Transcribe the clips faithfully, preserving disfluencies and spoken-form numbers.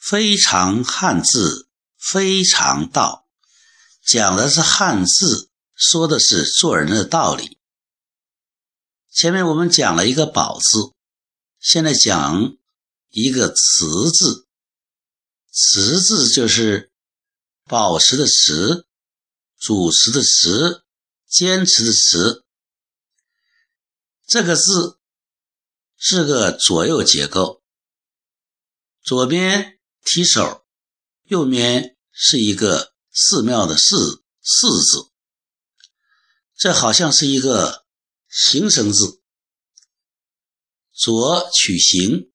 非常汉字，非常道，讲的是汉字，说的是做人的道理。前面我们讲了一个宝字，现在讲一个持字。持字就是保持的持，主持的持，坚持的持。这个字是个左右结构，左边提手，右边是一个寺庙的寺寺字，这好像是一个形声字，左取形，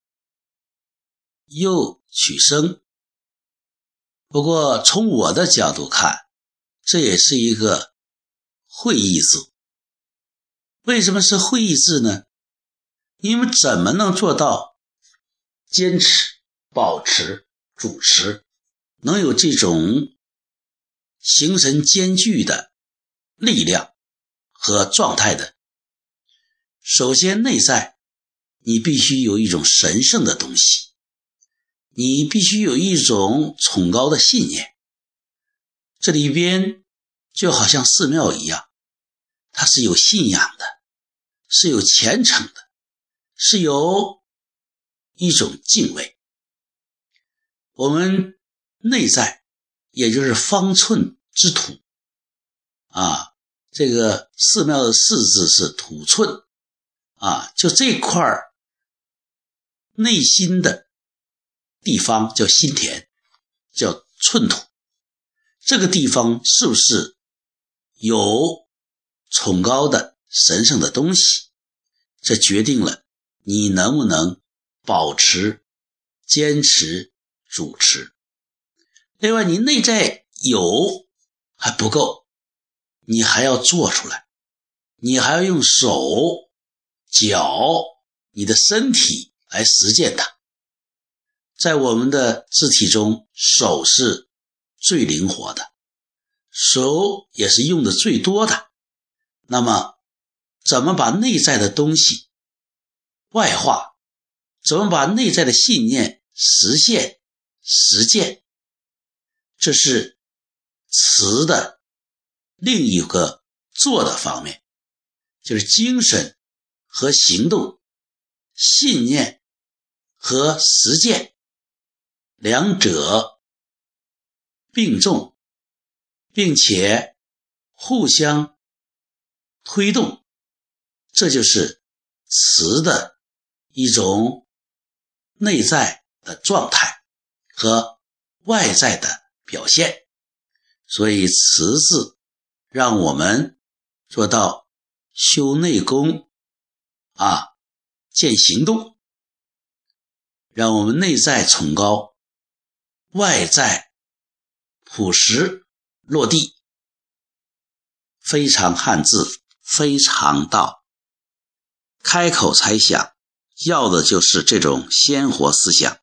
右取声。不过从我的角度看，这也是一个会意字。为什么是会意字呢？因为怎么能做到坚持、保持、主持，能有这种形神兼具的力量和状态的？首先内在你必须有一种神圣的东西，你必须有一种崇高的信念。这里边就好像寺庙一样，它是有信仰的，是有虔诚的，是有一种敬畏。我们内在也就是方寸之土啊，这个寺庙的寺字是土寸啊，就这块内心的地方叫心田，叫寸土。这个地方是不是有崇高的神圣的东西，这决定了你能不能保持、坚持、主持。另外你内在有还不够，你还要做出来，你还要用手、脚、你的身体来实践它。在我们的肢体中，手是最灵活的，手也是用的最多的。那么怎么把内在的东西外化，怎么把内在的信念实现实践，这是持的另一个做的方面，就是精神和行动，信念和实践两者并重，并且互相推动，这就是持的一种内在的状态和外在的表现。所以持字让我们做到修内功啊，见行动，让我们内在崇高，外在朴实落地。非常汉字，非常道，开口才想，要的就是这种鲜活思想。